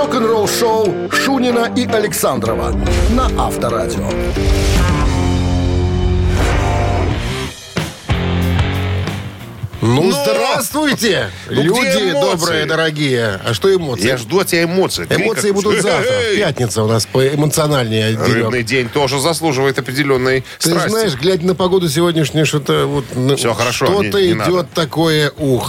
Рок-н-ролл-шоу Шунина и Александрова на Авторадио. Ну, здравствуйте, люди добрые, дорогие. А что эмоции? Я жду от тебя эмоций. Эмоции будут завтра. Пятница у нас эмоциональнее. Рыбный день тоже заслуживает определенной страсти. Ты знаешь, глядя на погоду сегодняшнюю, что-то вот... Все хорошо, что-то не идет надо. Такое,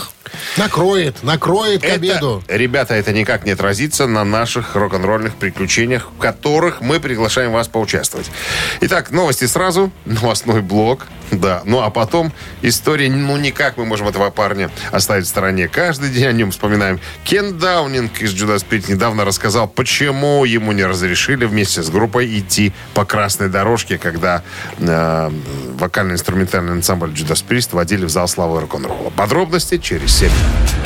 накроет к обеду. Ребята, это никак не отразится на наших рок-н-ролльных приключениях, в которых мы приглашаем вас поучаствовать. Итак, новости сразу, новостной блок. Да, ну а потом история, никак мы можем этого парня оставить в стороне. Каждый день о нем вспоминаем. Кен Даунинг из Judas Priest недавно рассказал, почему ему не разрешили вместе с группой идти по красной дорожке, когда вокально-инструментальный ансамбль Judas Priest водили в зал славы рок-н-ролла. Подробности через 7.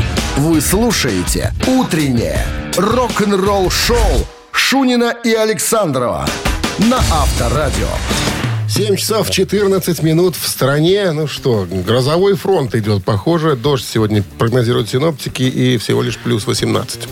Вы слушаете «Утреннее рок-н-ролл-шоу» Шунина и Александрова на Авторадио. 7 часов 14 минут в стране. Ну что, грозовой фронт идет. Похоже, дождь сегодня прогнозируют синоптики и всего лишь плюс 18.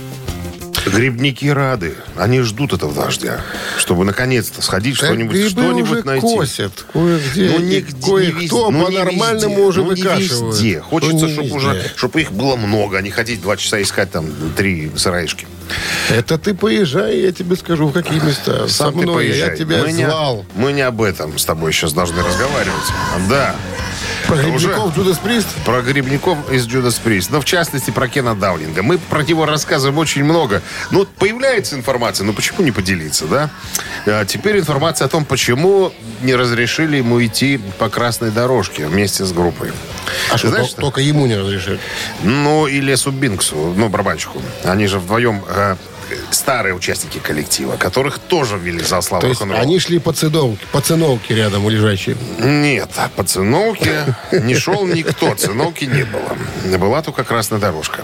Грибники рады. Они ждут этого дождя, чтобы наконец-то сходить что-нибудь уже найти. Косят. Кое-где, кое-кто по-нормальному уже выкашивают. Везде. Хочется, чтобы их было много, а не ходить 2 часа искать там 3 сыроежки. Это ты поезжай, я тебе скажу, в какие места. Сам Со ты мной, поезжай. я тебя звал. Мы не об этом с тобой сейчас должны разговаривать. Да. Про грибников Judas Priest? Про грибников из Judas Priest. Но в частности про Кена Даунинга. Мы про него рассказываем очень много. Ну, появляется информация, почему не поделиться, да? Теперь информация о том, почему не разрешили ему идти по красной дорожке вместе с группой. А что, знаешь, только ему не разрешили? И Лесу Бинксу, барабанщику. Они же вдвоем... старые участники коллектива, которых тоже ввели в зал славы рок-н-ролла. То есть они шли по циновке рядом лежащие? Нет, по циновке не шел никто, циновки не было. Была только красная дорожка.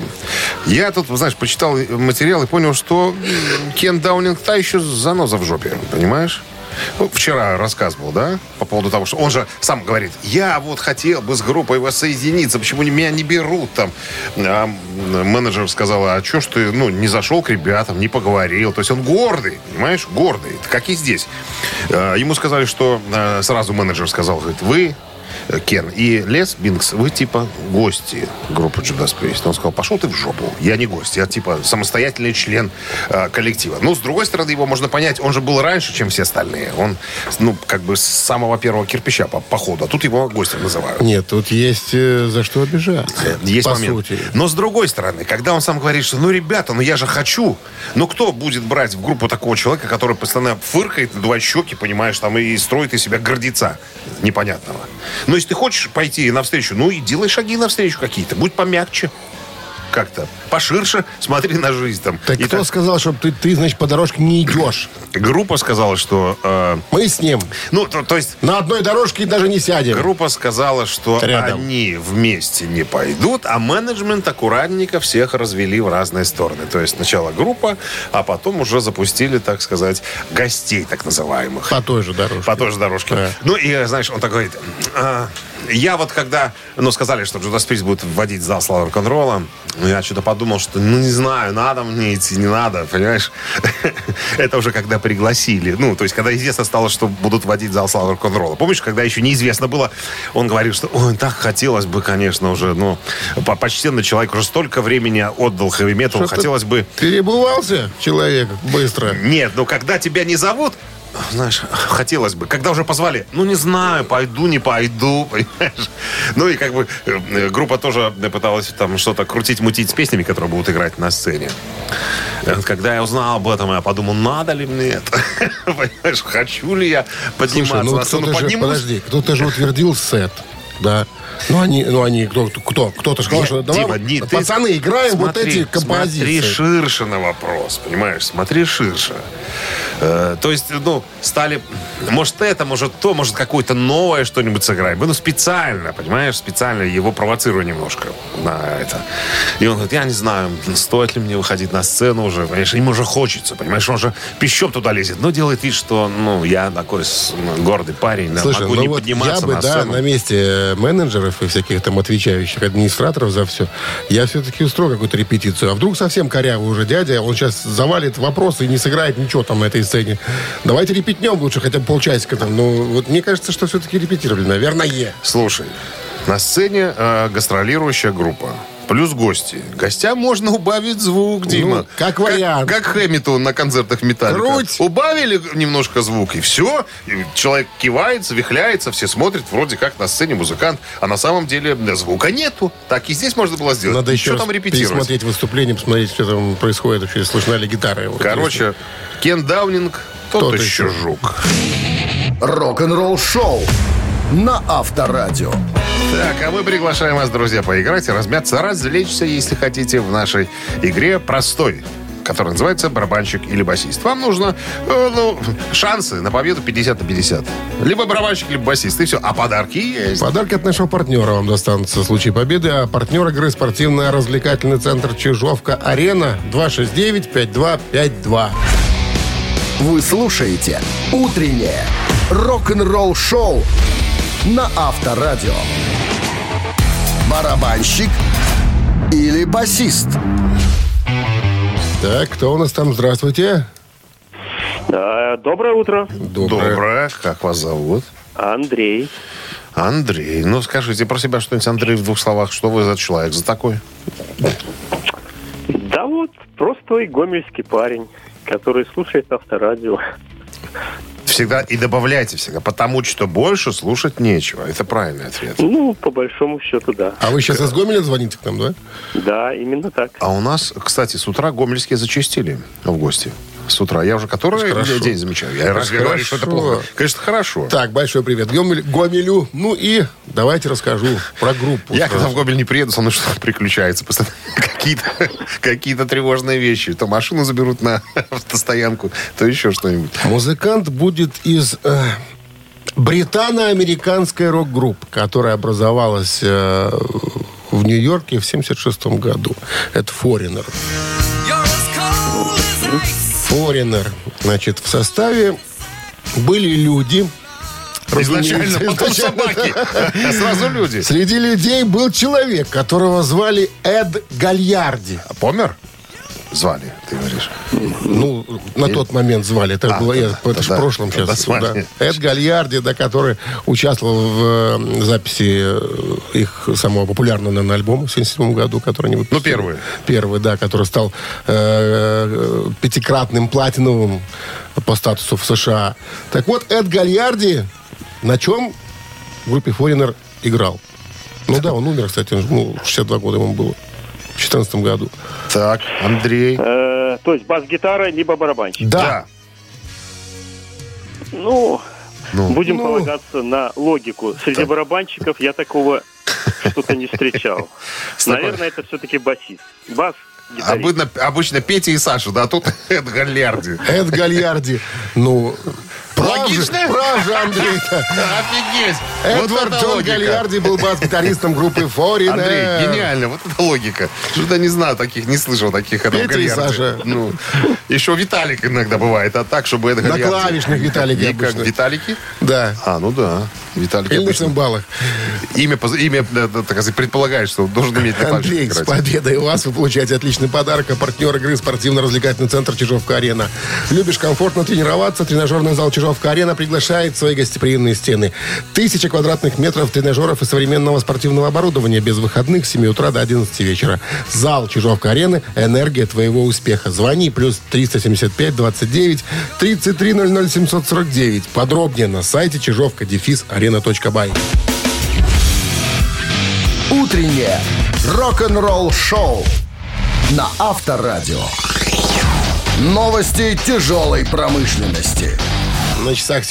Я тут, знаешь, почитал материал и понял, что Кен Даунинг та еще заноза в жопе, понимаешь? Вчера рассказывал, да, по поводу того, что он же сам говорит, я вот хотел бы с группой воссоединиться, почему меня не берут там. А менеджер сказала, а что ж ты, не зашел к ребятам, не поговорил. То есть он гордый, понимаешь, гордый, как и здесь. Ему сказали, что сразу менеджер сказал, говорит, вы, Кен и Лес Бинкс, вы типа гости группы Judas Priest. Он сказал, пошел ты в жопу. Я не гость, я типа самостоятельный член коллектива. С другой стороны, его можно понять, он же был раньше, чем все остальные. Он, с самого первого кирпича по ходу. А тут его гостем называют. Нет, тут есть за что обижаться. Есть по момент. Сути. Но с другой стороны, когда он сам говорит, что, ребята, я же хочу. Кто будет брать в группу такого человека, который постоянно фыркает, надувает щеки, понимаешь, там и строит из себя гордеца непонятного. Если ты хочешь пойти навстречу, и делай шаги навстречу какие-то. Будь помягче. Как-то поширше смотри на жизнь там. Так и кто сказал, что ты, значит, по дорожке не идешь? Группа сказала, что... Мы с ним. То есть... На одной дорожке даже не сядем. Группа сказала, что они вместе не пойдут, а менеджмент аккуратненько всех развели в разные стороны. То есть сначала группа, а потом уже запустили, так сказать, гостей так называемых. По той же дорожке. По той же дорожке. Да. И, знаешь, он так говорит... Я когда, сказали, что Judas Priest будет вводить в зал славы рок-н-ролла, я что-то подумал, что, не знаю, надо мне идти, не надо, понимаешь? Это уже когда пригласили. То есть, когда известно стало, что будут вводить в зал славы рок-н-ролла. Помнишь, когда еще неизвестно было, он говорил, что, так хотелось бы, конечно, уже, почтенный человек уже столько времени отдал хэви-металу, хотелось бы... Перебывался человек быстро? Нет, когда тебя не зовут, знаешь, хотелось бы. Когда уже позвали, не знаю, пойду, не пойду, понимаешь? И группа тоже пыталась там что-то крутить-мутить с песнями, которые будут играть на сцене. Когда я узнал об этом, я подумал, надо ли мне это? Понимаешь, хочу ли я подниматься на сцену? Подожди, кто-то же утвердил сет, да? Кто-то сказал, что давай, пацаны, играем вот эти композиции. Смотри ширше на вопрос, понимаешь? Смотри ширше. То есть, стали... Может, это, может, то, может, какое-то новое что-нибудь сыграем. Специально, понимаешь? Специально его провоцирую немножко на это. И он говорит, я не знаю, стоит ли мне выходить на сцену уже. Понимаешь, ему уже хочется, понимаешь? Он же пищом туда лезет. Делает вид, что, я такой гордый парень. Слушай, могу не подниматься я бы, на сцену. на месте менеджера менеджеров и всяких там отвечающих администраторов за все, я все-таки устрою какую-то репетицию. А вдруг совсем корявый уже дядя, он сейчас завалит вопросы и не сыграет ничего там на этой сцене. Давайте репетнем лучше хотя бы полчасика там. Ну, вот мне кажется, что все-таки репетировали, наверное. Слушай, на сцене гастролирующая группа. Плюс гости. Гостям можно убавить звук, Дима. Ну, как вариант. Как Хэмилтон на концертах Металлика. Круть. Убавили немножко звук, и все. И человек кивается, вихляется, все смотрят, вроде как на сцене музыкант, а на самом деле звука нету. Так и здесь можно было сделать. Надо еще там репетировать? пересмотреть выступление, посмотреть, что там происходит, вообще слышна ли гитара. Вот Короче, Кен Даунинг тот еще жук. Рок-н-ролл шоу на Авторадио. Так, а мы приглашаем вас, друзья, поиграть и размяться, развлечься, если хотите, в нашей игре простой, которая называется «Барабанщик или басист». Вам нужно шансы на победу 50/50. Либо барабанщик, либо басист, и все. А подарки есть. Подарки от нашего партнера вам достанутся в случае победы. А партнер игры — спортивно-развлекательный центр «Чижовка-Арена». 269-5252. Вы слушаете «Утреннее рок-н-ролл-шоу» на Авторадио. Барабанщик или басист? Так, кто у нас там? Здравствуйте. Доброе утро. Доброе. Как вас зовут? Андрей. Андрей. Ну, скажите про себя что-нибудь, Андрей, в 2 словах. Что вы за человек, за такой? Да вот, простой гомельский парень, который слушает Авторадио. Всегда и добавляйте всегда, потому что больше слушать нечего. Это правильный ответ. Ну, по большому счету, да. А вы сейчас из Гомеля звоните к нам, да? Да, именно так. А у нас, кстати, с утра гомельские зачастили в гости. С утра. Я уже который день замечаю. Я разве говорю, что это плохо? Конечно, хорошо. Так, большой привет Гомелю. Ну и давайте расскажу про группу. Я когда в Гомель не приеду, со мной что-то приключается. Постоянно какие-то тревожные вещи. То машину заберут на автостоянку, то еще что-нибудь. Музыкант будет из британо-американской рок-группы, которая образовалась в Нью-Йорке в 1976 году. Это Foreigner. Foreigner. Значит, в составе были люди. Изначально, потом собаки. Сразу люди. Среди людей был человек, которого звали Эд Гальярди. А помер? Звали, ты говоришь. Ну, на тот момент звали. Это было это же в прошлом сейчас. Да. Эд Гальярди, да, который участвовал в записи их самого популярного, наверное, альбома в 1977 году, который они выпустили. Ну, первый. Первый, да, который стал 5-кратным платиновым по статусу в США. Так вот, Эд Гальярди на чем в группе Foreigner играл? Ну да, он умер, кстати, 62 года ему было. В 2014 году. Так, Андрей. То есть бас-гитара, либо барабанщик. Да. Будем полагаться на логику. Среди барабанщиков я такого что-то не встречал. Наверное, это все-таки басист. Бас-гитарист. Обычно Петя и Саша, да, а тут Эд Гальярди. Эд Гальярди. Ну, логично? Прав же, Андрей-то. Офигеть. Эдвард Джон Гальярди был бас-гитаристом группы Foreigner. Андрей, гениально. Вот это логика. Что-то не знаю таких, не слышал таких Эдов Петя и Гальярди. Саша. Ну, еще Виталик иногда бывает, а так, чтобы Эд Гальярди. На клавишных Виталики И как обычно. Виталики? Да. Ну да. Виталик Или на обычно. цимбалах. Имя, так сказать, предполагает, что должен иметь на клавишах Андрей, с играть. победой у вас вы получаете отличный подарок. А партнер игры — спортивно-развлекательный центр «Чижовка-Арена». Любишь комфортно тренироваться? Тренажерный зал «Чижовка-Арена» приглашает в свои гостеприимные стены. 1000 квадратных метров тренажеров и современного спортивного оборудования без выходных с 7 утра до 11 вечера. Зал «Чижовка-Арены» — энергия твоего успеха. Звони +375 29 33 00 749. Подробнее на сайте чижовка-арена.бай. Утреннее рок-н-ролл-шоу на Авторадио. Новости тяжелой промышленности. На часах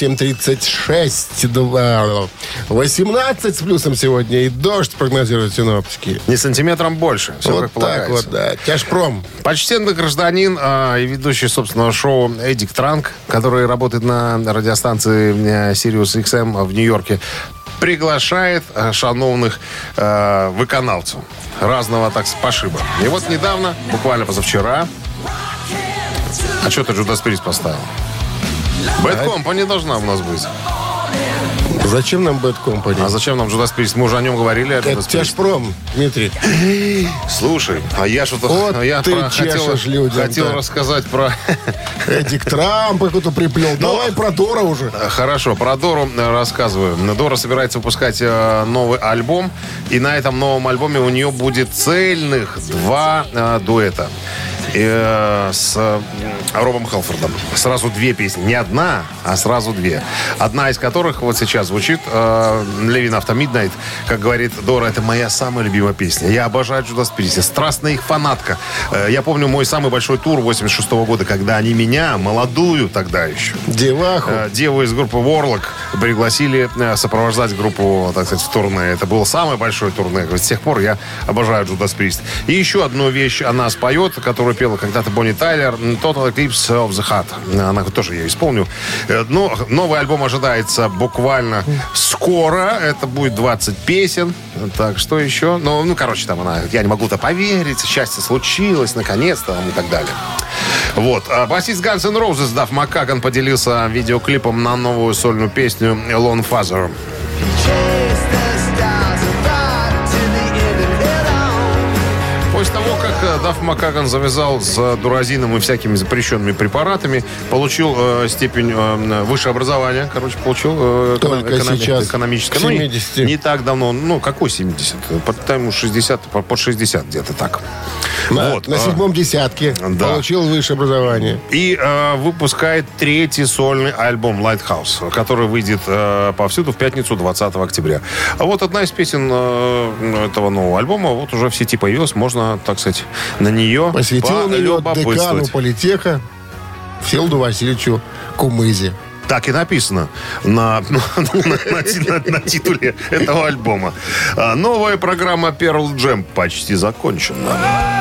7:36. 18 с плюсом сегодня. И дождь прогнозируют синоптики. Не сантиметром больше. Все Вот как так полагается. вот, да. Тяжпром. Почтенный гражданин и ведущий собственного шоу Эдик Транк, который работает на радиостанции Sirius XM в Нью-Йорке, приглашает шановных выконавцев разного так пошиба. И вот недавно, буквально позавчера, а что ты Judas Priest поставил? Bad Company должна у нас быть. Зачем нам Bad Company? А зачем нам Judas Priest? Мы уже о нем говорили. Это тяжпром, Дмитрий. Слушай, а я что-то... Вот я ты чешешь людям. Хотел рассказать про... Эдик Трамп какой-то приплел. Давай про Дора уже. Хорошо, про Дору рассказываю. Дора собирается выпускать новый альбом. И на этом новом альбоме у нее будет цельных 2 дуэта. С Робом Хелфордом. Сразу 2 песни. Не одна, а сразу 2. Одна из которых вот сейчас звучит Living After Midnight. Как говорит Дора, это моя самая любимая песня. Я обожаю Judas Priest. Страстная их фанатка. Я помню мой самый большой тур 86-го года, когда они меня, молодую тогда еще, деву из группы Warlock, пригласили сопровождать группу, так сказать, в турне. Это был самый большой турне. С тех пор я обожаю Judas Priest. И еще одну вещь она споет, которую пела когда-то Бонни Тайлер, Total Eclipse of the Heart. Она тоже я исполню. Но новый альбом ожидается буквально скоро. Это будет 20 песен. Так, что еще? Короче, там она, я не могу-то поверить, счастье случилось, наконец-то, и так далее. Вот. Басист Guns N' Roses Дафф Маккаган поделился видеоклипом на новую сольную песню Lone Father. После того, как Дафф Маккаган завязал с дуразином и всякими запрещенными препаратами, получил степень высшее образование, получил экономическое. 70. Не так давно, какой 70? По-моему, 60, под 60 где-то так. На 7-м десятке получил высшее образование. И выпускает 3-й сольный альбом Lighthouse, который выйдет повсюду в пятницу 20 октября. А вот одна из песен этого нового альбома вот уже в сети появилась. Можно, так сказать, на нее посвятил на нее декану политеха Всеволоду Васильевичу Кумызе. Так и написано на титуле этого альбома. Новая программа Pearl Jam почти закончена.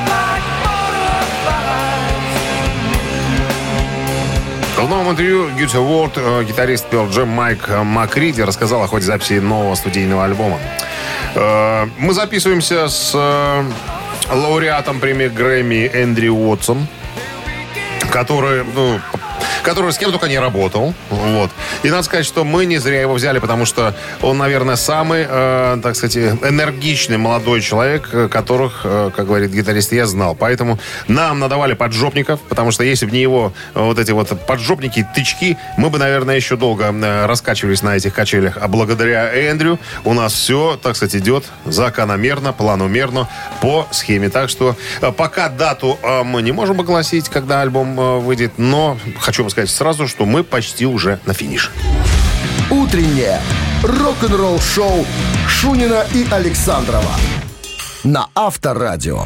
В новом интервью Guitar World гитарист Pearl Jam Майк Макриди рассказал о ходе записи нового студийного альбома. Мы записываемся с лауреатом премии Грэмми Эндрю Уотсом, который с кем только не работал. Вот. И надо сказать, что мы не зря его взяли, потому что он, наверное, самый, так сказать, энергичный молодой человек, которых, как говорит гитарист, я знал. Поэтому нам надавали поджопников, потому что если бы не его вот эти вот поджопники, тычки, мы бы, наверное, еще долго раскачивались на этих качелях. А благодаря Эндрю у нас все, так сказать, идет закономерно, планомерно, по схеме. Так что пока дату мы не можем огласить, когда альбом выйдет, но хочу вам сказать сразу, что мы почти уже на финише. Утреннее рок-н-ролл-шоу Шунина и Александрова на Авторадио.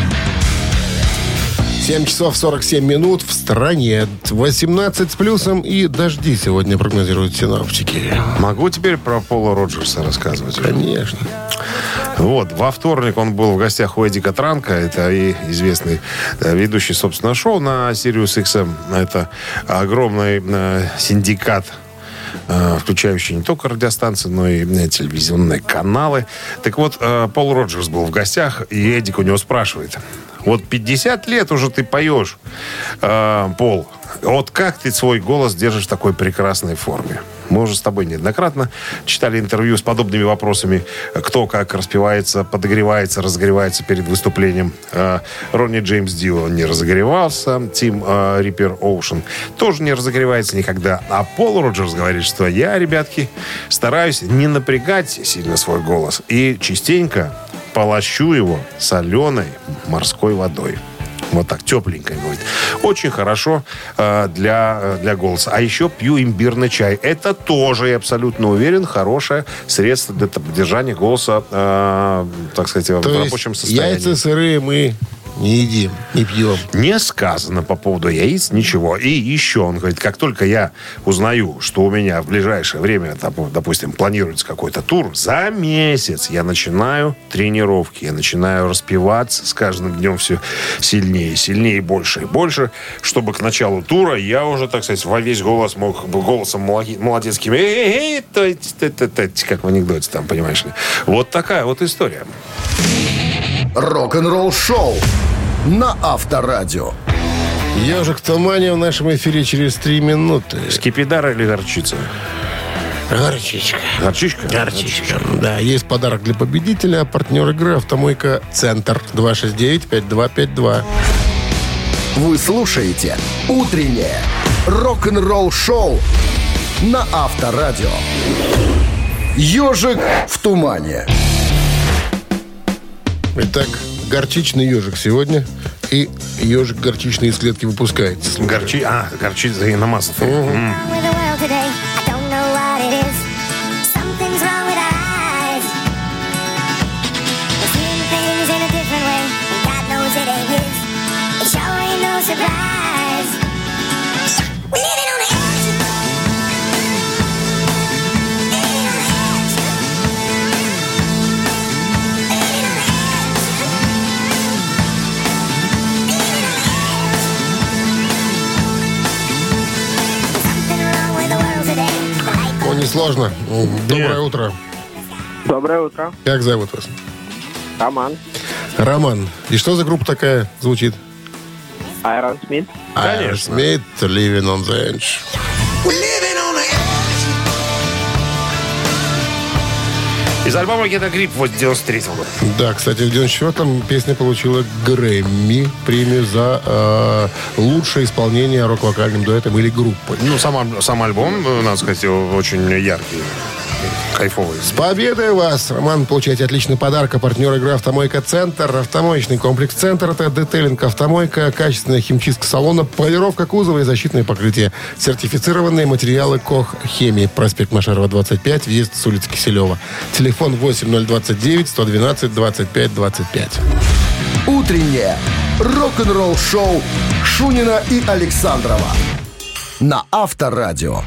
7 часов 47 минут в стране. 18 с плюсом и дожди сегодня прогнозируют синоптики. Могу теперь про Пола Роджерса рассказывать? Конечно. Вот, во вторник он был в гостях у Эдика Транка. Это и известный ведущий, собственно, шоу на Sirius XM. Это огромный синдикат, включающий не только радиостанции, но и телевизионные каналы. Так вот, Пол Роджерс был в гостях, и Эдик у него спрашивает: вот 50 лет уже ты поешь, Пол, вот как ты свой голос держишь в такой прекрасной форме? Мы уже с тобой неоднократно читали интервью с подобными вопросами. Кто как распевается, подогревается, разогревается перед выступлением. Ронни Джеймс Дио не разогревался. Тим Риппер Оушен тоже не разогревается никогда. А Пол Роджерс говорит, что я, ребятки, стараюсь не напрягать сильно свой голос. И частенько полощу его соленой морской водой. Вот так, тепленькая, говорит. Очень хорошо для голоса. А еще пью имбирный чай. Это тоже, я абсолютно уверен, хорошее средство для поддержания голоса, так сказать, в рабочем состоянии. Яйца сырые мы не едим, не пьем. Не сказано по поводу яиц ничего. И еще он говорит, как только я узнаю, что у меня в ближайшее время, допустим, планируется какой-то тур, за месяц я начинаю тренировки, я начинаю распеваться с каждым днем все сильнее, сильнее, больше и больше, чтобы к началу тура я уже, так сказать, во весь голос мог голосом молодецким, как в анекдоте там, понимаешь ли. Вот такая вот история. Рок-н-ролл шоу на Авторадио. «Ежик в тумане» в нашем эфире через 3 минуты. Скипидар или горчица? Горчичка. Горчичка? Горчичка. Да, есть подарок для победителя. Партнер игры «Автомойка Центр». 269-5252. Вы слушаете «Утреннее рок-н-ролл-шоу» на Авторадио. «Ежик в тумане». Итак, горчичный ежик сегодня. И ежик горчичный из клетки выпускается. Горчица и намазан. Несложно. Доброе утро. Доброе утро. Как зовут вас? Роман. Роман. И что за группа такая звучит? Iron Smith. Iron Smith, Living on the Edge. Из альбома «Get a Grip» вот 93-го года. Да, кстати, в 94-м песня получила Грэмми, премию за лучшее исполнение рок-вокальным дуэтом или группой. Ну, сам альбом, надо сказать, очень яркий, кайфовый. С победой вас, Роман! Получаете отличный подарок. А партнер игры «Автомойка Центр». Автомоечный комплекс «Центр» — это детейлинг «Автомойка», качественная химчистка салона, полировка кузова и защитное покрытие. Сертифицированные материалы «Кох Хемии». Проспект Машарова, 25, въезд с улицы Киселева. Телефон 8029-112-25-25. «Утреннее рок-н-ролл-шоу» Шунина и Александрова на Авторадио.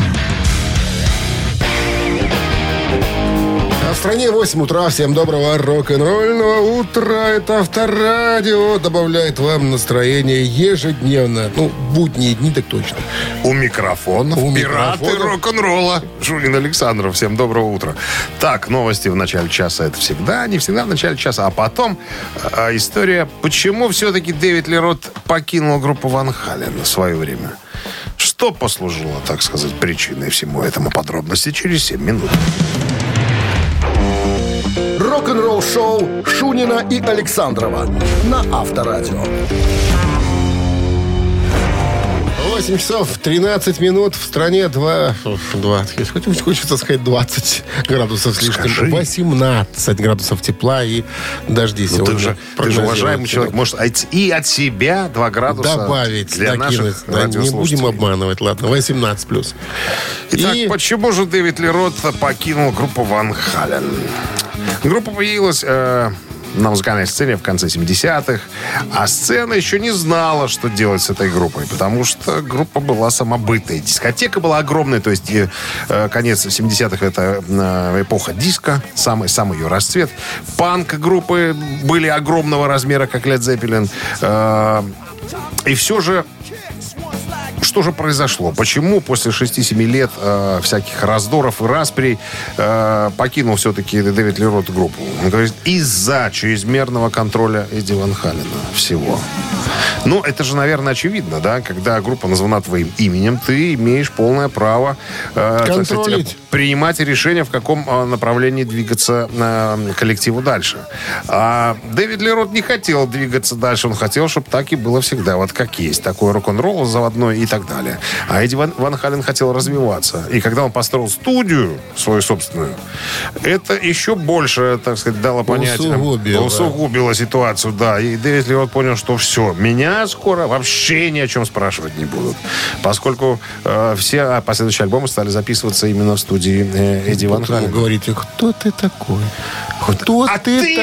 А в стране 8 утра. Всем доброго рок-н-ролльного утра. Это Авторадио добавляет вам настроение ежедневно. Ну, будние дни так точно. У микрофонов пираты рок-н-ролла. Шунин Александров. Всем доброго утра. Так, новости в начале часа. Это всегда, не всегда в начале часа. А потом история, почему все-таки Дэвид Ли Рот покинул группу Ван Хален в свое время. Что послужило, так сказать, причиной всему этому? Подробности через 7 минут. Рок-н-ролл-шоу Шунина и Александрова на Авторадио. 8 часов 13 минут. В стране хочется сказать 20 градусов слишком. Скажи. 18 градусов тепла и дожди сегодня. Ты же уважаемый человек. Может, и от себя 2 градуса добавить, для наших радиослушателей. Не будем обманывать, ладно. 18 плюс. Итак, почему же Дэвид Ли Рот покинул группу Ван Хален? Группа появилась на музыкальной сцене в конце 70-х, а сцена еще не знала, что делать с этой группой, потому что группа была самобытной. Дискотека была огромная, то есть конец 70-х — это эпоха диска, самый ее расцвет. Панк-группы были огромного размера, как Led Zeppelin. И все же, что же произошло? Почему после 6-7 лет всяких раздоров и расприй покинул все-таки Дэвид Ли Рот группу? Он говорит, из-за чрезмерного контроля Эдди Ван Халена всего. Ну, это же, наверное, очевидно, да? Когда группа названа твоим именем, ты имеешь полное право контролить, принимать решение, в каком направлении двигаться коллективу дальше. А Дэвид Ли Рот не хотел двигаться дальше. Он хотел, чтобы так и было всегда. Вот как есть. Такой рок-н-ролл заводной и так далее. А Эдди Ван Хален хотел развиваться. И когда он построил студию свою собственную, это еще больше, так сказать, дало понять. Усугубило ситуацию, да. И Дэвид Ли Рот понял, что все, меня скоро вообще ни о чем спрашивать не будут. Поскольку все последующие альбомы стали записываться именно в студии Эдди Ван Халена. Вы говорите, кто ты такой? Кто ты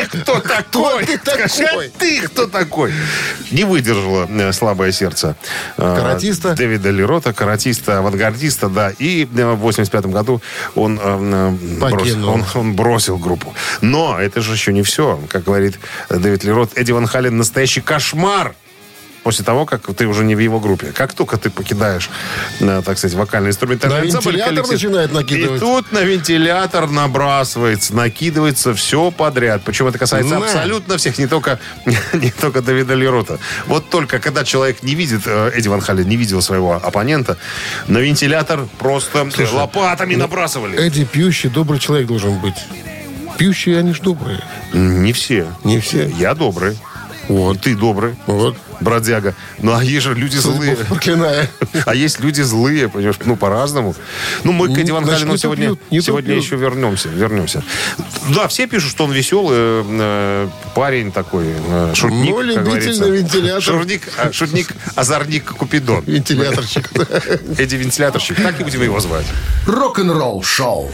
кто такой? Не выдержало слабое сердце каратиста Дэвида Ли Рота, каратиста, авангардиста, да. И в 85 году он бросил группу. Но это же еще не все. Как говорит Дэвид Ли Рот, Эдди Ван Хален настоящий кошмар. после того, как ты уже не в его группе. Как только ты покидаешь, так сказать, вокально-инструментальный ансамбль, вентилятор начинает накидывать. И тут на вентилятор накидывается все подряд. Причем это касается абсолютно всех, не только Давида Ли Рота. Вот только когда человек не видит, Эдди Ван Хален не видел своего оппонента, на вентилятор просто лопатами набрасывали. Эдди пьющий, добрый человек должен быть. Пьющие, они ж добрые. Не все. Не все. Я добрый. Вот. Ты добрый. Вот. Бродяга. Ну, а есть же люди злые. Проклиная. А есть люди злые, понимаешь, по-разному. Ну, мы к Эдди Ван Халену сегодня еще вернемся. Да, все пишут, что он веселый парень такой, шутник, ну, как говорится. Вентилятор. Шутник, озорник, Купидон. Вентиляторщик. Эдди Вентиляторщик. Так и будем его звать. Рок-н-ролл шоу.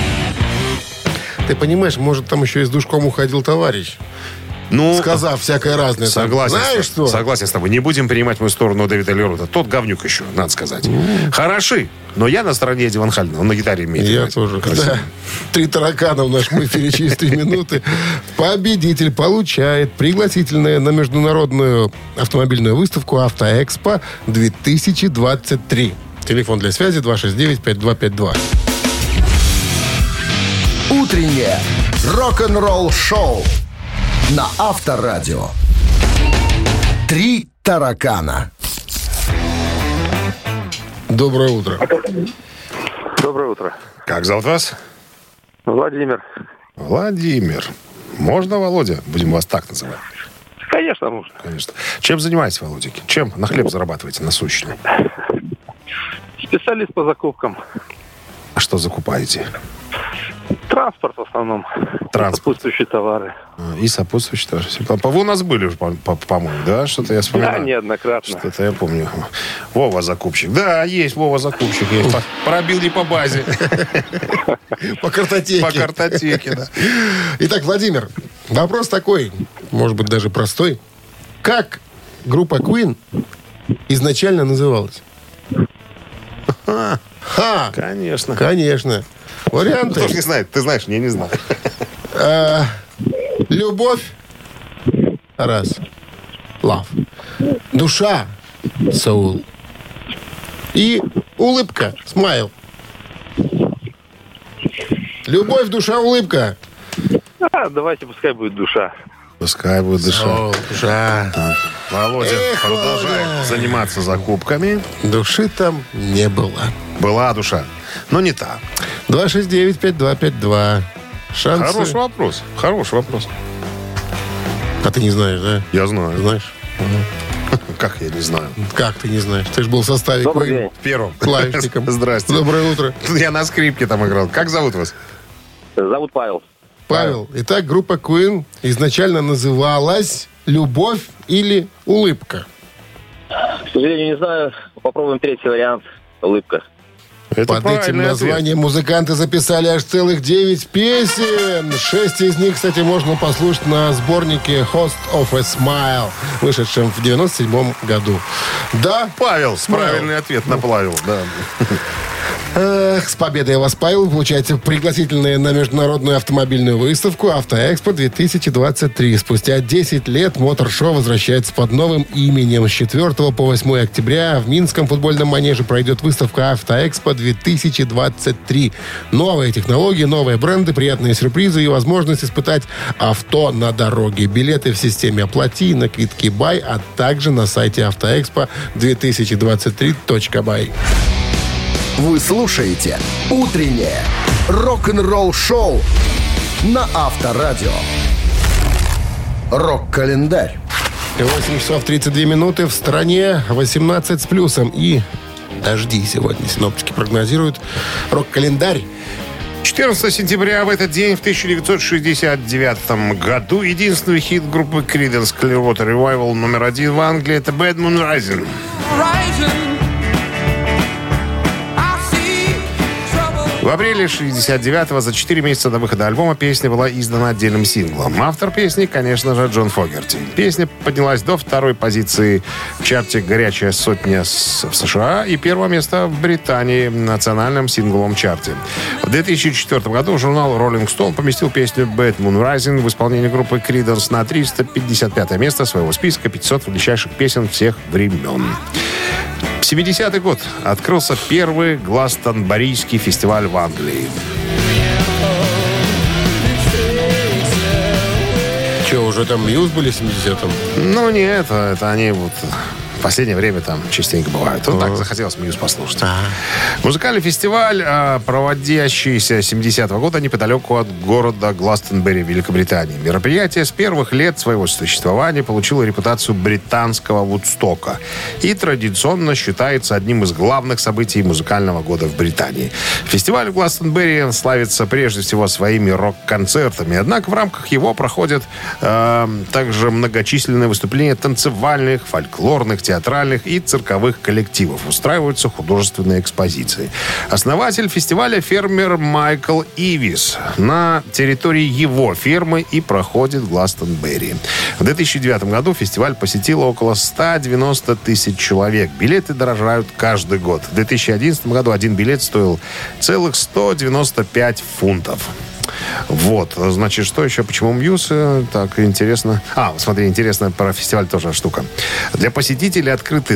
Ты понимаешь, может, там еще и с душком уходил товарищ. Ну, сказав всякое разное. Согласен. Знаешь что? Согласен с тобой. Не будем принимать мою сторону Дэвида Ли Рота. Тот говнюк еще, надо сказать. Хороши. Но я на стороне Эдди Ван Халена. Он на гитаре имеет. Я тоже. Да. 3 таракана в нашем эфире через 3 минуты. Победитель получает пригласительное на международную автомобильную выставку «Автоэкспо 2023». Телефон для связи 269-5252. Утреннее рок-н-ролл шоу на Авторадио. 3 таракана. Доброе утро. Доброе утро. Как зовут вас? Владимир. Владимир. Можно, Володя? Будем вас так называть. Конечно, можно. Конечно. Чем занимаетесь, Володя? Чем на хлеб зарабатываете насущный? Специалист по закупкам. А что закупаете? Транспорт в основном. Транспорт. Сопутствующие товары. И сопутствующие товары. Вы у нас были уже, по-моему, да? Что-то я вспоминаю. Да, неоднократно. Что-то я помню. Вова закупщик. Да, есть Вова закупщик. Есть. Пробил не по базе. По картотеке. По картотеке, да. Итак, Владимир, вопрос такой, может быть, даже простой. Как группа Queen изначально называлась? Конечно. Конечно. Варианты. Кто ж не знает? Ты знаешь, я не знаю. Любовь. Раз. Love. Душа. Soul. И улыбка. Smile. Любовь, душа, улыбка. Давайте, пускай будет душа. Пускай будет душа. Душа. Так. Володя продолжает заниматься закупками. Души там не было. Была душа, но не та. 269-5252. Шансы. Хороший вопрос. А ты не знаешь, да? Я знаю. Знаешь? Как я не знаю? Как ты не знаешь? Ты же был в составе Добрый Queen. день. Первым. Клавишником. Здрасте. Доброе утро. Я на скрипке там играл. Как зовут вас? Зовут Павел. Павел. Итак, группа Queen изначально называлась «Любовь» или «Улыбка». К сожалению, не знаю. Попробуем третий вариант. Улыбка. Это Под этим правильный названием музыканты записали аж целых 9 песен. 6 из них, кстати, можно послушать на сборнике «Host of a Smile», вышедшем в 97 году. Да, Павел, правильный ответ на Павел, да. С победой вас, Павел. Вы получаете пригласительные на международную автомобильную выставку «Автоэкспо-2023». Спустя 10 лет мотор-шоу возвращается под новым именем. С 4 по 8 октября в Минском футбольном манеже пройдет выставка «Автоэкспо-2023». Новые технологии, новые бренды, приятные сюрпризы и возможность испытать авто на дороге. Билеты в системе «Оплати», на квитки «Бай», а также на сайте «Автоэкспо-2023.бай». Вы слушаете «Утреннее рок-н-ролл-шоу» на Авторадио. Рок-календарь. 8 часов 32 минуты. В стране 18 с плюсом. И дожди сегодня синоптики прогнозируют. Рок-календарь. 14 сентября в этот день, в 1969 году, единственный хит группы Creedence Clearwater Revival номер 1 в Англии — это «Bad Moon Rising». В апреле 69-го, за 4 месяца до выхода альбома, песня была издана отдельным синглом. Автор песни, конечно же, Джон Фогерти. Песня поднялась до 2-й позиции в чарте «Горячая сотня» в США и 1-го места в Британии в национальном сингловом чарте. В 2004 году журнал Rolling Stone поместил песню «Bad Moon Rising» в исполнении группы Creedence на 355 место своего списка 500 величайших песен всех времен. В 70-й год открылся первый Гластонберийский фестиваль в Англии. Что, уже там Мьюз были в 70-м? Ну, нет, это они вот... В последнее время там частенько бывают. Вот так захотелось Мьюз послушать. Музыкальный фестиваль, проводящийся с 70-го года неподалеку от города Гластонбери, Великобритании. Мероприятие с первых лет своего существования получило репутацию британского Вудстока и традиционно считается одним из главных событий музыкального года в Британии. Фестиваль в Гластонбери славится прежде всего своими рок-концертами. Однако в рамках его проходят также многочисленные выступления танцевальных, фольклорных, театральных и цирковых коллективов. Устраиваются художественные экспозиции. Основатель фестиваля фермер Майкл Ивис. На территории его фермы и проходит Гластонбери. В 2009 году фестиваль посетило около 190 тысяч человек. Билеты дорожают каждый год. В 2011 году один билет стоил целых 195 фунтов. Вот, значит, что еще? Почему Мьюз? Так, интересно. Смотри, интересно про фестиваль тоже штука. Для посетителей открыты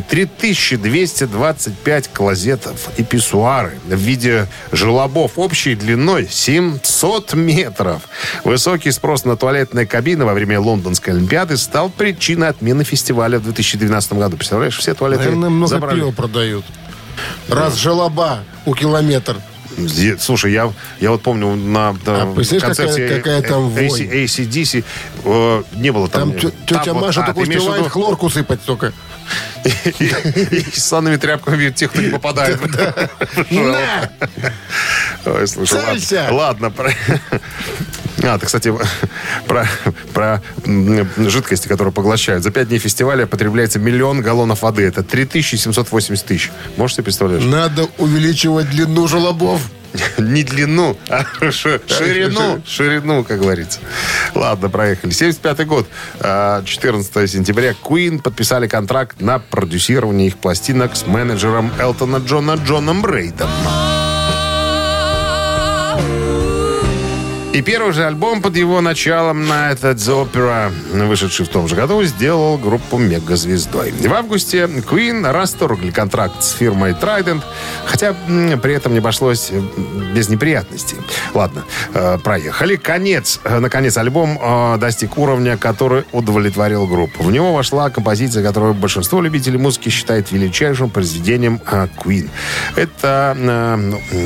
3225 клозетов и писсуары в виде желобов общей длиной 700 метров. Высокий спрос на туалетные кабины во время Лондонской Олимпиады стал причиной отмены фестиваля в 2012 году. Представляешь, все туалеты Наверное, много забрали. пива продают. Раз желоба у километр. Слушай, я вот помню на концерте какая там вонь? AC/DC не было там. Тетя Маша только успевает хлорку сыпать только. И с санными тряпками бьют тех, кто не попадает. Ой, слушай, ладно. Ты, кстати, про жидкости, которые поглощают. За 5 дней фестиваля потребляется 1 000 000 галлонов воды. Это 3780 тысяч. Можешь себе представлять? Надо увеличивать длину желобов. Не длину, а ширину, как говорится. Ладно, проехали. 75-й год. 14 сентября Queen подписали контракт на продюсирование их пластинок с менеджером Элтона Джона Джоном Брейдом. И первый же альбом под его началом Night at the Opera, вышедший в том же году, сделал группу мегазвездой. В августе Queen расторгли контракт с фирмой Trident, хотя при этом не обошлось без неприятностей. Ладно, проехали. Наконец, альбом достиг уровня, который удовлетворил группу. В него вошла композиция, которую большинство любителей музыки считает величайшим произведением Queen. Это...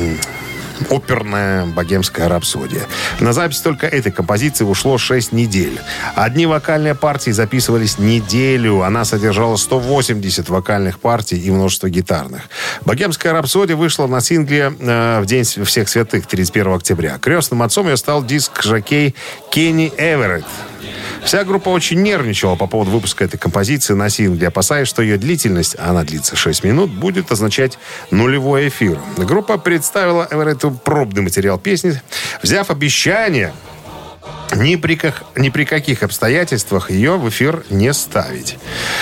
оперная богемская рапсодия. На запись только этой композиции ушло 6 недель. Одни вокальные партии записывались неделю. Она содержала 180 вокальных партий и множество гитарных. Богемская рапсодия вышла на сингле в День всех святых, 31 октября. Крестным отцом ее стал диск-жокей Кенни Эверетт. Вся группа очень нервничала по поводу выпуска этой композиции на сингле, опасаясь, что ее длительность, а она длится 6 минут, будет означать нулевой эфир. Группа представила Эверетту пробный материал песни, взяв обещание ни при каких обстоятельствах ее в эфир не ставить.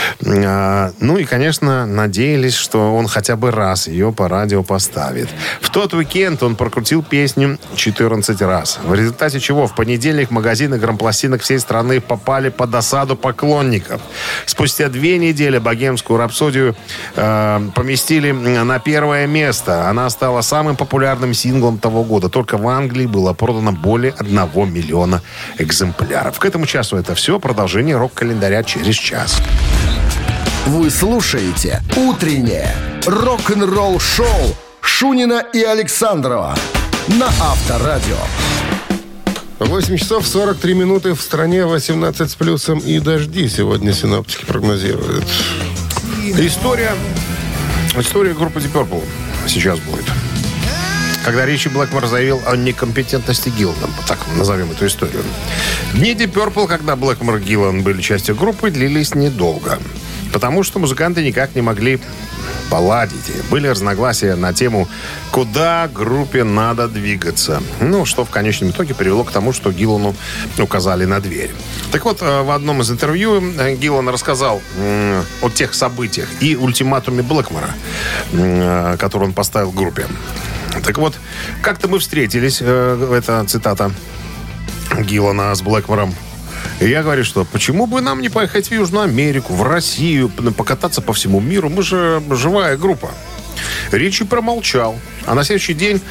Ну и, конечно, надеялись, что он хотя бы раз ее по радио поставит. В тот уикенд он прокрутил песню 14 раз. В результате чего в понедельник магазины грампластинок всей страны попали под осаду поклонников. Спустя 2 недели богемскую рапсодию поместили на 1 место. Она стала самым популярным синглом того года. Только в Англии было продано более 1 миллиона экземпляров. К этому часу это все. Продолжение рок-календаря через час. Вы слушаете «Утреннее рок-н-ролл-шоу» Шунина и Александрова на Авторадио. 8 часов 43 минуты. В стране 18 с плюсом и дожди сегодня синоптики прогнозируют. История группы Deep Purple сейчас будет. Когда Ричи Блэкмор заявил о некомпетентности Гиллана. Так назовем эту историю. Дни Deep Purple, когда Блэкмор и Гиллан были частью группы, длились недолго. Потому что музыканты никак не могли поладить. Были разногласия на тему, куда группе надо двигаться. Ну, что в конечном итоге привело к тому, что Гиллану указали на дверь. Так вот, в одном из интервью Гиллан рассказал о тех событиях и ультиматуме Блэкмора, который он поставил группе. Так вот, как-то мы встретились, это цитата Гиллана с Блэкмором. И я говорю, что почему бы нам не поехать в Южную Америку, в Россию, покататься по всему миру? Мы же живая группа. Ричи промолчал. А на следующий день,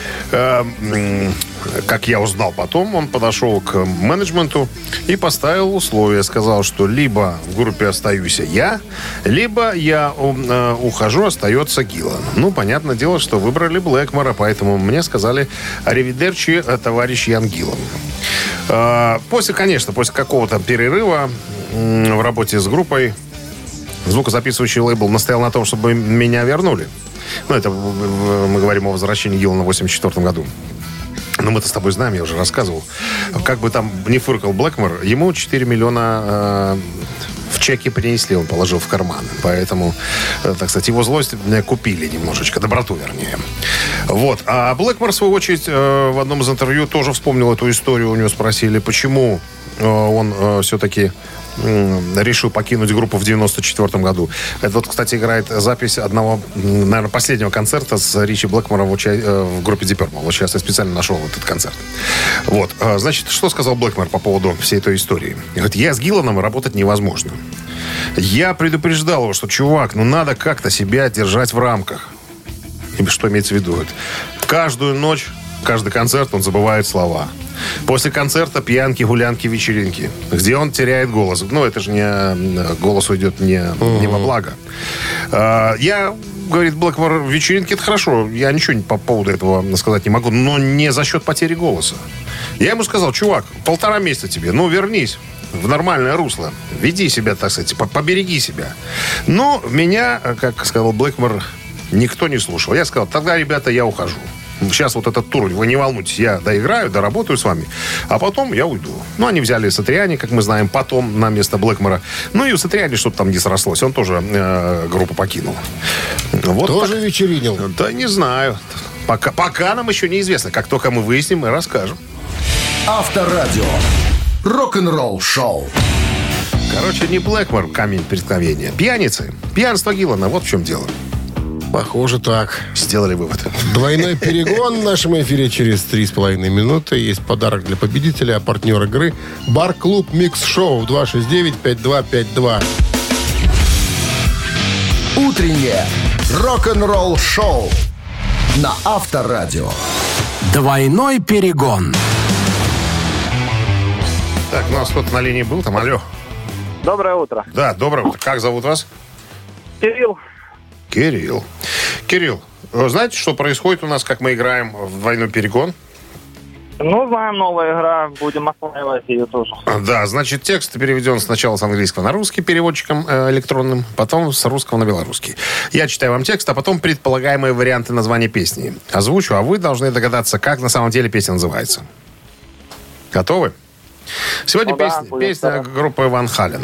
как я узнал потом, он подошел к менеджменту и поставил условия. Сказал, что либо в группе остаюсь я, либо я ухожу, остается Гиллан. Ну, понятное дело, что выбрали Блэкмора, поэтому мне сказали «Аривидерчи, товарищ Ян Гиллан». После какого-то перерыва в работе с группой звукозаписывающий лейбл настоял на том, чтобы меня вернули. Ну, это мы говорим о возвращении Гиллана в 1984 году. Но мы-то с тобой знаем, я уже рассказывал. Как бы там ни фыркал Блэкмор, ему 4 миллиона в чеке принесли, он положил в карман. Поэтому, так сказать, его злость купили немножечко, доброту вернее. Вот. А Блэкмор, в свою очередь, в одном из интервью тоже вспомнил эту историю. У него спросили, почему он все-таки решил покинуть группу в 1994 году. Это вот, кстати, играет запись одного, наверное, последнего концерта с Ричи Блэкмором в группе Deep Purple. Вот сейчас я специально нашел этот концерт. Вот. Значит, что сказал Блэкмор по поводу всей этой истории? Говорит, я с Гилланом работать невозможно. Я предупреждал его, что, чувак, надо как-то себя держать в рамках. И что имеется в виду? Каждую ночь, каждый концерт он забывает слова. После концерта пьянки, гулянки, вечеринки, где он теряет голос. Ну, это же голос уйдет не во благо. Я, говорит Блэкмор, вечеринки это хорошо. Я ничего по поводу этого сказать не могу, но не за счет потери голоса. Я ему сказал, чувак, 1,5 месяца тебе, вернись в нормальное русло. Веди себя, так сказать, побереги себя. Но меня, как сказал Блэкмор, никто не слушал. Я сказал, тогда, ребята, я ухожу. Сейчас вот этот тур, вы не волнуйтесь, я доиграю, доработаю с вами, а потом я уйду. Они взяли Сатриани, как мы знаем, потом на место Блэкмора. И у Сатриани что-то там не срослось, он тоже группу покинул. Вот тоже так. Вечеринил? Да не знаю. Пока нам еще неизвестно. Как только мы выясним, мы расскажем. Авторадио. Рок-н-ролл шоу. Короче, не Блэкмор камень преткновения. Пьяницы. Пьянство Гиллана. Вот в чем дело. Похоже, так. Сделали вывод. Двойной перегон в нашем эфире через 3,5 минуты. Есть подарок для победителя, а партнер игры — бар-клуб «Микс Шоу» 269-5252. Утреннее рок-н-ролл шоу на Авторадио. Двойной перегон. Так, у нас кто-то на линии был там. Алло. Доброе утро. Да, доброе утро. Как зовут вас? Кирилл. Кирилл, знаете, что происходит у нас, как мы играем в двойной перегон? Знаем, новая игра. Будем осваивать ее тоже. Да, значит, текст переведен сначала с английского на русский переводчиком электронным, потом с русского на белорусский. Я читаю вам текст, а потом предполагаемые варианты названия песни озвучу, а вы должны догадаться, как на самом деле песня называется. Готовы? Сегодня песня группы Ван Хален.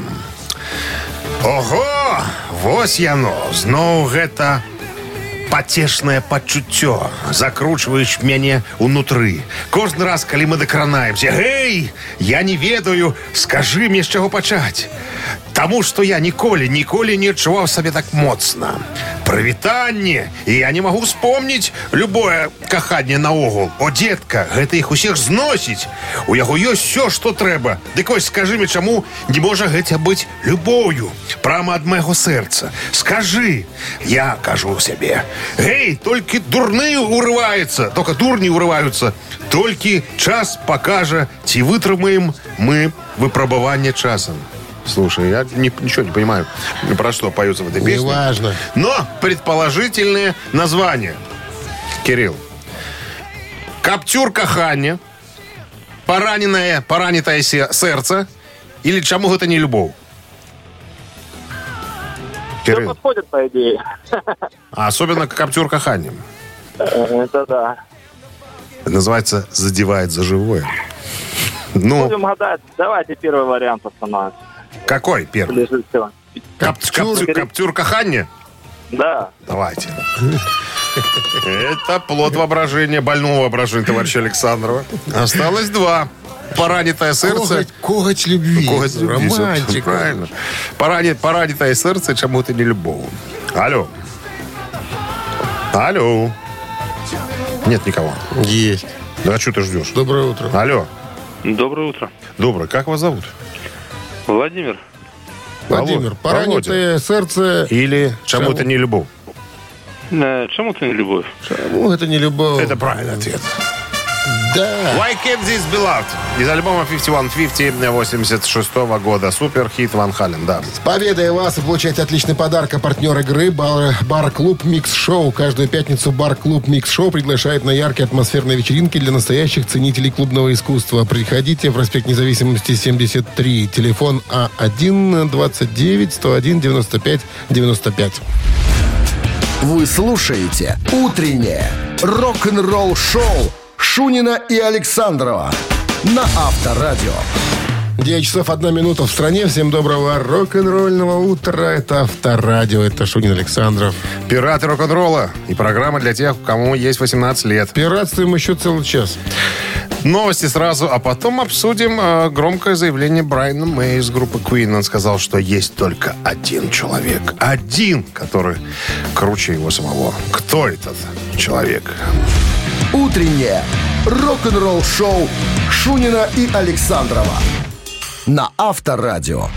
Ого! Вось яно! Зноў гэта пацешнае пачуццё. Закручваеш мяне ўнутры. Кожны раз, калі мы дакранаемся. Гэй! Я не ведаю, скажы мне, з чаго пачаць. Таму, што я ніколі не адчуваў сабе так моцна. Прывітанне! І я не магу вспомніць любое каханне наогул. О, дзетка, гэта іх усіх зносіць. У яго ёсць усё, што трэба. Дык вось скажы мне, чаму не можа гэта быць любоўю? Прама ад майго сэрца. Скажы! Я кажу сябе. Гэй, толькі дурны урываецца. Только дурні урываюцца. Толькі час пакажа, ці вытрымаем мы выпрабаванне часам. Слушай, я ничего не понимаю, про что поется в этой песне. Неважно. Но предположительные названия. Кирилл. Каптюр кахання, поранитое сердце или чему это не любовь? Все подходит, по идее. А особенно каптюр кахання. Это да. Это называется «Задевает за живое». Будем гадать. Давайте первый вариант остановимся. Какой первый? Каптюр кахання? Да. Давайте. Это плод воображения, больного воображения товарища Александрова. Осталось 2. Поранитое сердце. Коготь любви. Коготь любви. Романтика. Правильно. Поранитое сердце чему-то не любовь. Алло. Алло. Нет никого. Есть. Да что ты ждешь? Доброе утро. Алло. Доброе утро. Доброе. Как вас зовут? Владимир. Владимир, поранитое сердце. Или чему-то не любовь? Чему-то не любовь. Чему это не любовь? Это правильный ответ. Да. Why Keep This Beloved? Из альбома 5150 86 года. Суперхит Ван Хален, да. С победой вас! Вы получаете отличный подарок. Партнер игры Бар-клуб Микс Шоу. Каждую пятницу Бар-клуб Микс Шоу приглашает на яркие атмосферные вечеринки для настоящих ценителей клубного искусства. Приходите в проспект Независимости 73. Телефон А1-29-101-95-95. Вы слушаете «Утреннее рок-н-ролл-шоу» Шунина и Александрова на Авторадио. 9 часов 1 минута в стране. Всем доброго рок-н-ролльного утра. Это Авторадио. Это Шунин Александров. Пираты рок-н-ролла. И программа для тех, кому есть 18 лет. Пиратствуем еще целый час. Новости сразу, а потом обсудим громкое заявление Брайана Мэя из группы Queen. Он сказал, что есть только один человек. Один, который круче его самого. Кто этот человек? Утреннее рок-н-ролл-шоу Шунина и Александрова на Авторадио.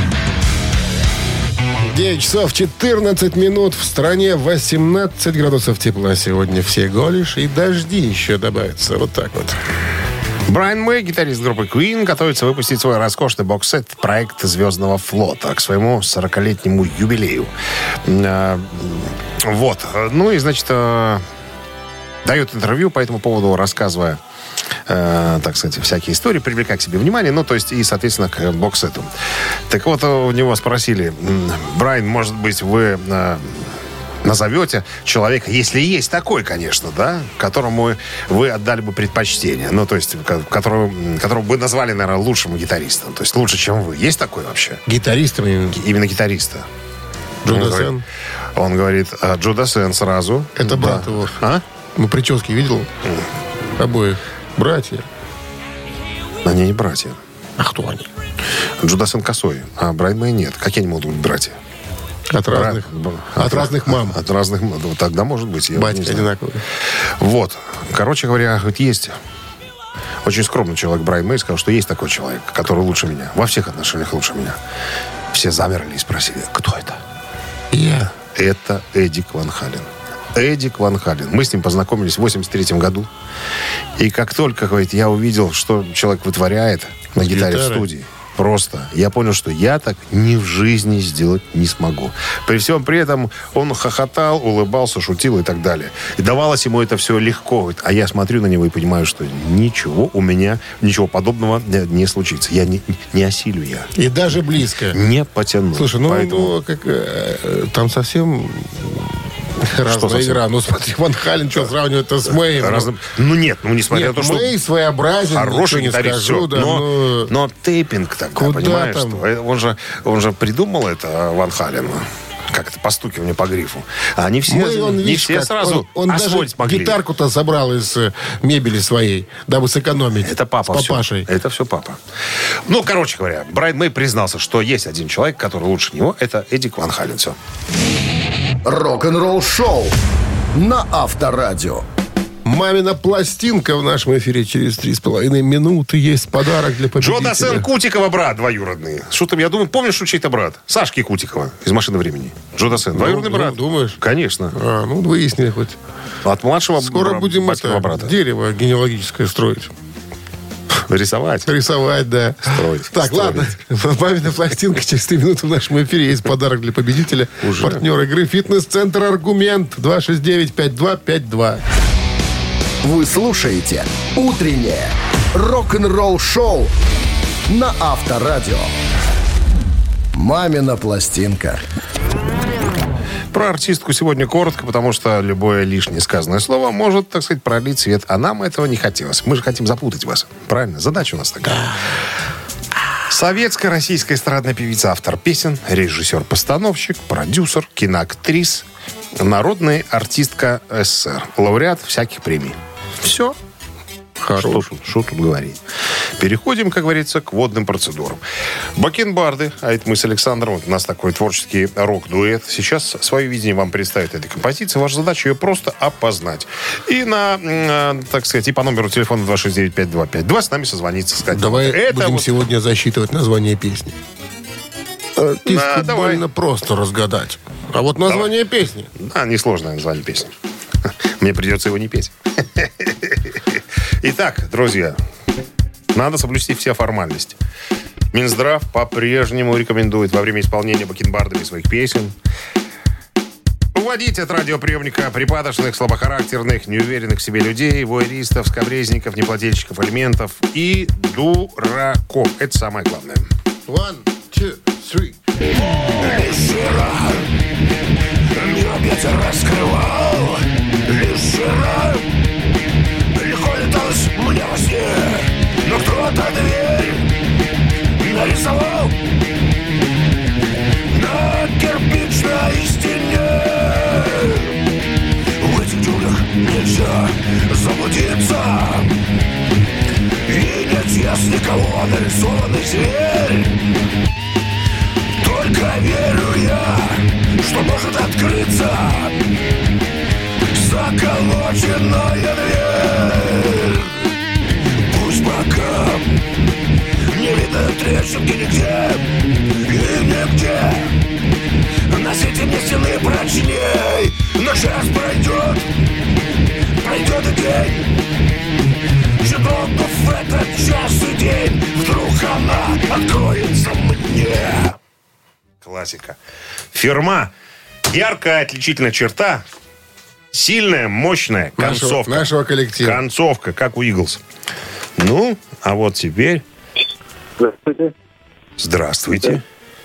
9 часов 14 минут. В стране 18 градусов тепла сегодня всего лишь. И дожди еще добавятся. Вот так вот. Брайан Мэй, гитарист группы Queen, готовится выпустить свой роскошный бокс-сет «Проект Звездного флота» к своему 40-летнему юбилею. Вот. Ну и, значит, дает интервью по этому поводу, рассказывая, так сказать, всякие истории, привлекая к себе внимание, ну, то есть, и, соответственно, к бокс-сету. Так вот, у него спросили: Брайан, может быть, вы назовете человека, если есть такой, конечно, да, которому вы отдали бы предпочтение, ну, то есть, которого бы назвали, наверное, лучшим гитаристом, то есть, лучше, чем вы. Есть такой вообще? Гитаристом Именно гитариста. Джо Дассен. Он говорит, Джо Дассен сразу. Это брат его. А? Ну, прически видел? Обоих. Братья. Они не братья. А кто они? Джо Дассен косой, а Брайан Мэй нет. Какие они могут быть братья? От разных мам. От разных мам. Вот тогда может быть. Батьки одинаковые. Вот. Короче говоря, есть очень скромный человек Брайан Мэй, сказал, что есть такой человек, который лучше меня. Во всех отношениях лучше меня. Все замерли и спросили, кто это? Я. Это Эдик Ван Хален. Эдик Ван Хален. Мы с ним познакомились в 83-м году. И как только, говорит, я увидел, что человек вытворяет на гитаре в студии, просто я понял, что я так ни в жизни сделать не смогу. При всем при этом он хохотал, улыбался, шутил и так далее. И давалось ему это все легко. А я смотрю на него и понимаю, что ничего у меня, ничего подобного не случится. Я не осилю я. И даже близко. Не потяну. Слушай, Поэтому... там совсем... разная игра. Ну, смотри, Ван Хален, что сравнивать-то с Мэем? Ну, нет, несмотря на то, что... Мэй своеобразен, хороший гитарист, скажу, да, но тейпинг тогда, куда понимаешь? Там? Что? Он же придумал это, Ван Хален. Как это, постукивание по грифу. А они все, Мэй, все сразу он даже смогли. Гитарку-то собрал из мебели своей, дабы сэкономить. Это папа. С папашей. Все. Это все папа. Ну, короче говоря, Брайан Мэй признался, что есть один человек, который лучше него. Это Эдик Ван Хален. Все. Рок-н-ролл-шоу на Авторадио. Мамина пластинка в нашем эфире через 3,5 минуты. Есть подарок для победителя. Джо Дассен Кутикова брат двоюродный. Что там, я думаю, помнишь, что чей-то брат? Сашки Кутикова из «Машины времени». Джо Дассен, двоюродный брат. Думаешь? Конечно. Выяснили хоть. От младшего Скоро будем брата. Дерево генеалогическое строить. Рисовать, да. Строить. Так, ладно. Мамина пластинка через 3 минуты в нашем эфире. Есть подарок для победителя. Уже? Партнер игры «Фитнес-центр Аргумент». 269-5252. Вы слушаете «Утреннее рок-н-ролл-шоу» на Авторадио. «Мамина пластинка». Про артистку сегодня коротко, потому что любое лишнее сказанное слово может, так сказать, пролить свет. А нам этого не хотелось. Мы же хотим запутать вас. Правильно? Задача у нас такая. Советская, российская эстрадная певица, автор песен, режиссер-постановщик, продюсер, киноактриса, народная артистка СССР, лауреат всяких премий. Все. Что тут говорить. Переходим, как говорится, к водным процедурам. Бакенбарды, а это мы с Александром, вот у нас такой творческий рок-дуэт. Сейчас свое видение вам представит этой композиции. Ваша задача ее просто опознать. И так сказать, и по номеру телефона 269-5252 с нами созвониться. Сказать, давай это будем вот... сегодня засчитывать название песни. Артистку больно просто разгадать. А вот название песни. Да, несложное название песни. Мне придется его не петь. Итак, друзья, надо соблюсти все формальности. Минздрав по-прежнему рекомендует во время исполнения бакенбардами своих песен уводить от радиоприемника припадочных, слабохарактерных, неуверенных в себе людей, вуайеристов, скабрезников, неплательщиков алиментов и дураков. Это самое главное. 1, 2, 3. Мир ветер раскрывал, лишь вчера легко леталось мне во сне, но кто-то дверь нарисовал на кирпичной стене. В этих джунглях нельзя заблудиться, и нет здесь никого нарисованный зверь. Только верю я, что может открыться заколоченная дверь. Пусть пока не видно трещинки нигде и нигде, на свете нет стены прочней. Но час пройдет и день, чудов в этот час и день вдруг она откроется мне. Классика. Фирма. Яркая отличительная черта. Сильная, мощная концовка. Нашего коллектива. Концовка, как у Иглс. Ну, а вот теперь... Здравствуйте. Здравствуйте.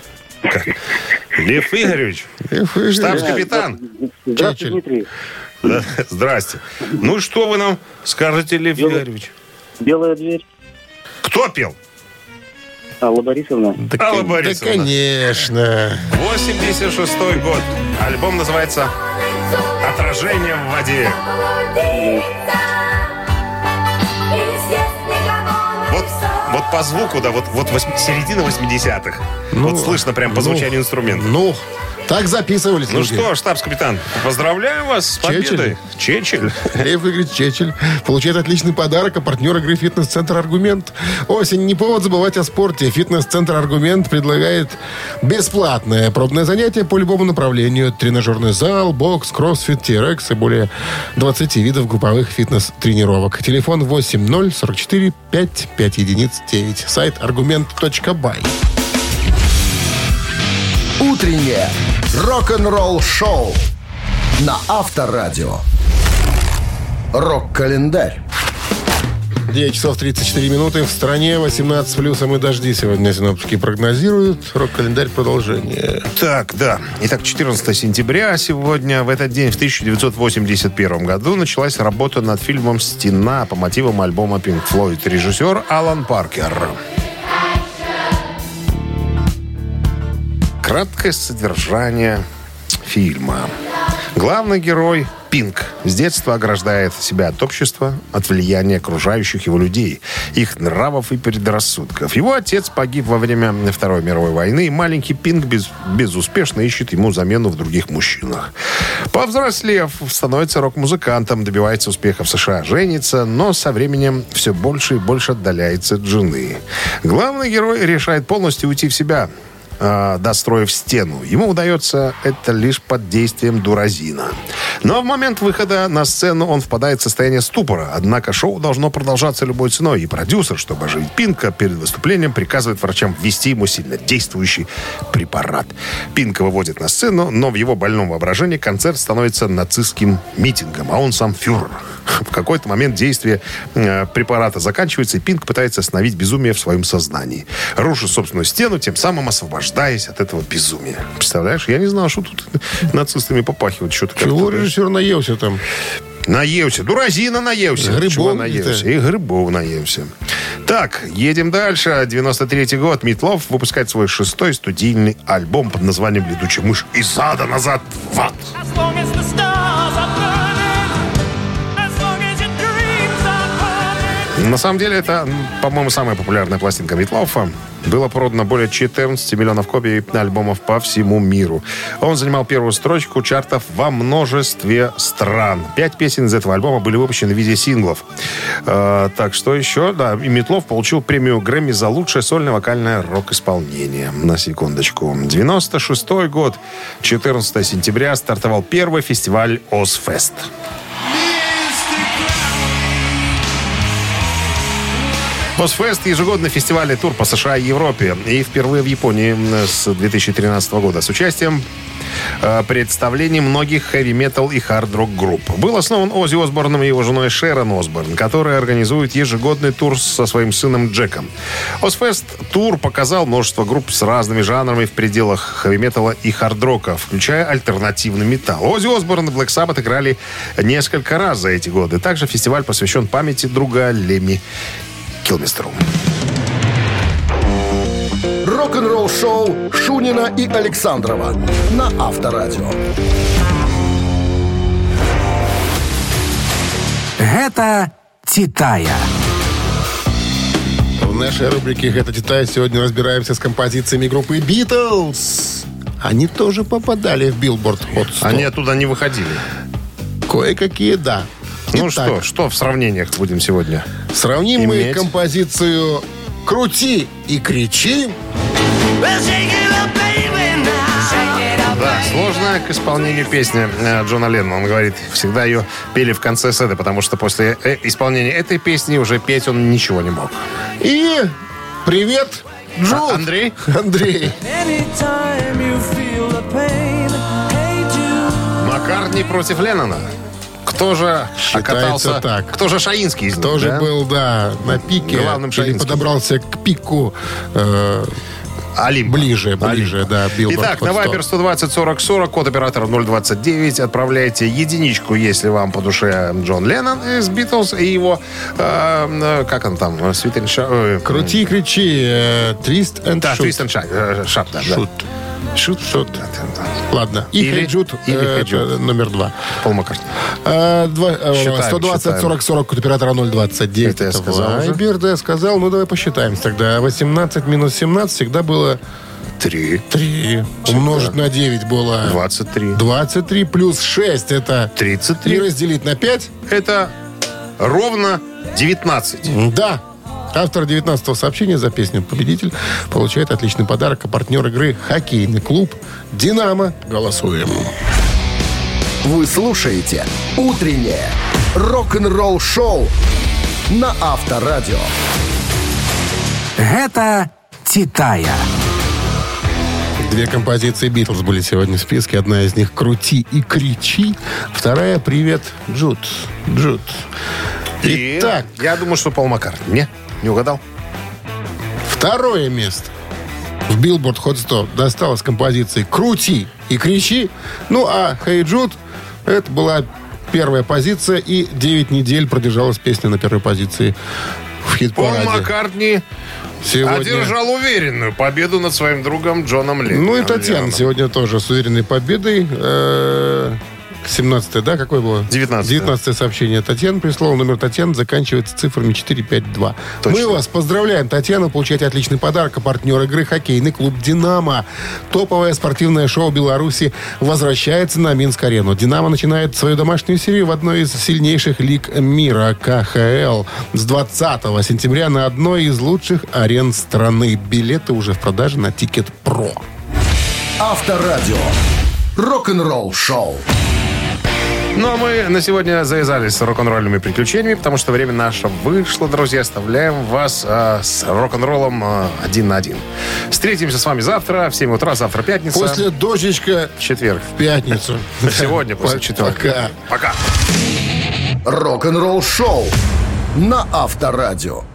Лев Игоревич. Штабс-капитан. Здравствуйте, Дмитрий. Да, здрасте. Ну, что вы нам скажете, Лев Игоревич? Белая дверь. Кто пел? Алла Борисовна. Алла Борисовна. Да, конечно. 86-й год. Альбом называется «Отражение в воде». Вот по звуку, да, вот середина 80-х. Вот слышно прям по звучанию инструмента. Ну, так записывались Ну люди. что, штабс-капитан, поздравляем вас с победой. Чечель. Лев Игоревич Чечель получает отличный подарок, а партнер игры «Фитнес-центр Аргумент». Осень, не повод забывать о спорте. «Фитнес-центр Аргумент» предлагает бесплатное пробное занятие по любому направлению. Тренажерный зал, бокс, кроссфит, TRX и более 20 видов групповых фитнес-тренировок. Телефон 8044 55 единиц 9. Сайт argument.by. Утреннее рок-н-ролл-шоу на Авторадио. Рок-календарь. 9 часов 34 минуты. В стране 18 плюсом и дожди сегодня синоптики прогнозируют. Рок-календарь продолжение. Так, да. Итак, 14 сентября сегодня. В этот день, в 1981 году, началась работа над фильмом «Стена» по мотивам альбома Pink Floyd. Режиссер Алан Паркер. Краткое содержание фильма. Главный герой Пинк с детства ограждает себя от общества, от влияния окружающих его людей, их нравов и предрассудков. Его отец погиб во время Второй мировой войны, и маленький Пинк безуспешно ищет ему замену в других мужчинах. Повзрослев, становится рок-музыкантом, добивается успеха в США, женится, но со временем все больше и больше отдаляется от жены. Главный герой решает полностью уйти в себя, достроив стену. Ему удается это лишь под действием дуразина. Но в момент выхода на сцену он впадает в состояние ступора. Однако шоу должно продолжаться любой ценой. И продюсер, чтобы оживить Пинка перед выступлением, приказывает врачам ввести ему сильнодействующий препарат. Пинка выводит на сцену, но в его больном воображении концерт становится нацистским митингом, а он сам фюрер. В какой-то момент действие препарата заканчивается, и Пинк пытается остановить безумие в своем сознании. Рушит собственную стену, тем самым освобождаясь от этого безумия. Представляешь? Я не знал, что тут нацистами попахивает. Чего режиссер наелся там? Наелся. Дуразина наелся. Грибов наелся. И грибов наелся. Так, едем дальше. 93-й год. Meat Loaf выпускает свой 6-й студийный альбом под названием «Летучая мышь из ада назад в ад». На самом деле, это, по-моему, самая популярная пластинка Meat Loaf. Было продано более 14 миллионов копий альбомов по всему миру. Он занимал первую строчку чартов во множестве стран. 5 песен из этого альбома были выпущены в виде синглов. Так, что еще? Да, и Meat Loaf получил премию Грэмми за лучшее сольное вокальное рок-исполнение. На секундочку. 96-й год, 14 сентября, стартовал первый фестиваль Ozzfest. Ozzfest – ежегодный фестивальный тур по США и Европе. И впервые в Японии с 2013 года. С участием представлений многих хэви-метал и хард-рок групп. Был основан Оззи Осборном и его женой Шерон Осборн, которые организуют ежегодный тур со своим сыном Джеком. Ozzfest тур показал множество групп с разными жанрами в пределах хэви-металла и хард-рока, включая альтернативный металл. Оззи Осборн и Black Sabbath играли несколько раз за эти годы. Также фестиваль посвящен памяти друга Лемми Килмистеру. Рок-н-ролл шоу Шунина и Александрова на Авторадио. Гэта Титая. В нашей рубрике «Это Титая» сегодня разбираемся с композициями группы Beatles. Они тоже попадали в Billboard Hot 100. Они оттуда не выходили. Кое-какие, да. Ну Итак, что в сравнениях будем сегодня? Сравним мы иметь? композицию «Крути и кричи». Да, сложная к исполнению песня Джона Леннона. Он говорит, всегда ее пели в конце сета, потому что после исполнения этой песни уже петь он ничего не мог. И привет, Джуд. Андрей? Андрей. Маккартни против Леннона. Кто же окатался? Так. Кто же Шаинский из них? Тоже да? был, да, на пике. Главным или Шаинским. подобрался к пику Олимп. ближе, да, Billboard Итак, Hot на 100. Viber 120-40-40, код оператора 029, отправляйте единичку, если вам по душе Джон Леннон из Beatles и его, как он там, Sweet and Shout. Крути и кричи, Twist and Да, Shoot. Twist and Shout, да. Shoot. Шут. Ладно. И Или- Hey Jude, или Hey это Jude. номер 2. Пол Маккартни. 120-40-40, код оператора 029. Это я сказал уже. Вайбер, да, я сказал. Ну, давай посчитаем тогда. 18 минус 17 всегда было 3. 3. Умножить на 9 было 23. 23 плюс 6 это 33. И разделить на 5. Это ровно 19. Да. Автор 19-го сообщения за песню «Победитель» получает отличный подарок, а партнер игры — хоккейный клуб «Динамо». Голосуем. Вы слушаете «Утреннее рок-н-ролл-шоу» на Авторадио. Гэта Титая. 2 композиции «Битлз» были сегодня в списке. Одна из них «Крути и кричи». Вторая «Привет, Джуд». Джуд. И Итак, я думаю, что Пол Маккартни. Не угадал? второе место в Billboard Hot 100 досталось композиции «Крути и кричи». Ну, а «Hey Jude» — это была первая позиция, и 9 недель продержалась песня на первой позиции в Пол хит-параде. Маккартни Сегодня... одержал уверенную победу над своим другом Джоном Ленноном. Ну и Татьяна сегодня тоже с уверенной победой. 17-е, да, какое было? 19-е сообщение. Татьяна прислала. Номер Татьяны заканчивается цифрами 452. Точно. Мы вас поздравляем, Татьяна. Получаете отличный подарок. А партнер игры — хоккейный клуб «Динамо». Топовое спортивное шоу Беларуси возвращается на Минск-арену. «Динамо» начинает свою домашнюю серию в одной из сильнейших лиг мира — КХЛ. С 20 сентября на одной из лучших арен страны. Билеты уже в продаже на Тикет.Про. Авторадио. Рок-н-ролл-шоу. Ну, а мы на сегодня завязались с рок-н-ролльными приключениями, потому что время наше вышло, друзья. Оставляем вас с рок-н-роллом 1 на 1. Встретимся с вами завтра в 7 утра. Завтра пятница. После дождичка В четверг. в пятницу. Сегодня после четверга. Пока. Пока. Рок-н-ролл-шоу на Авторадио.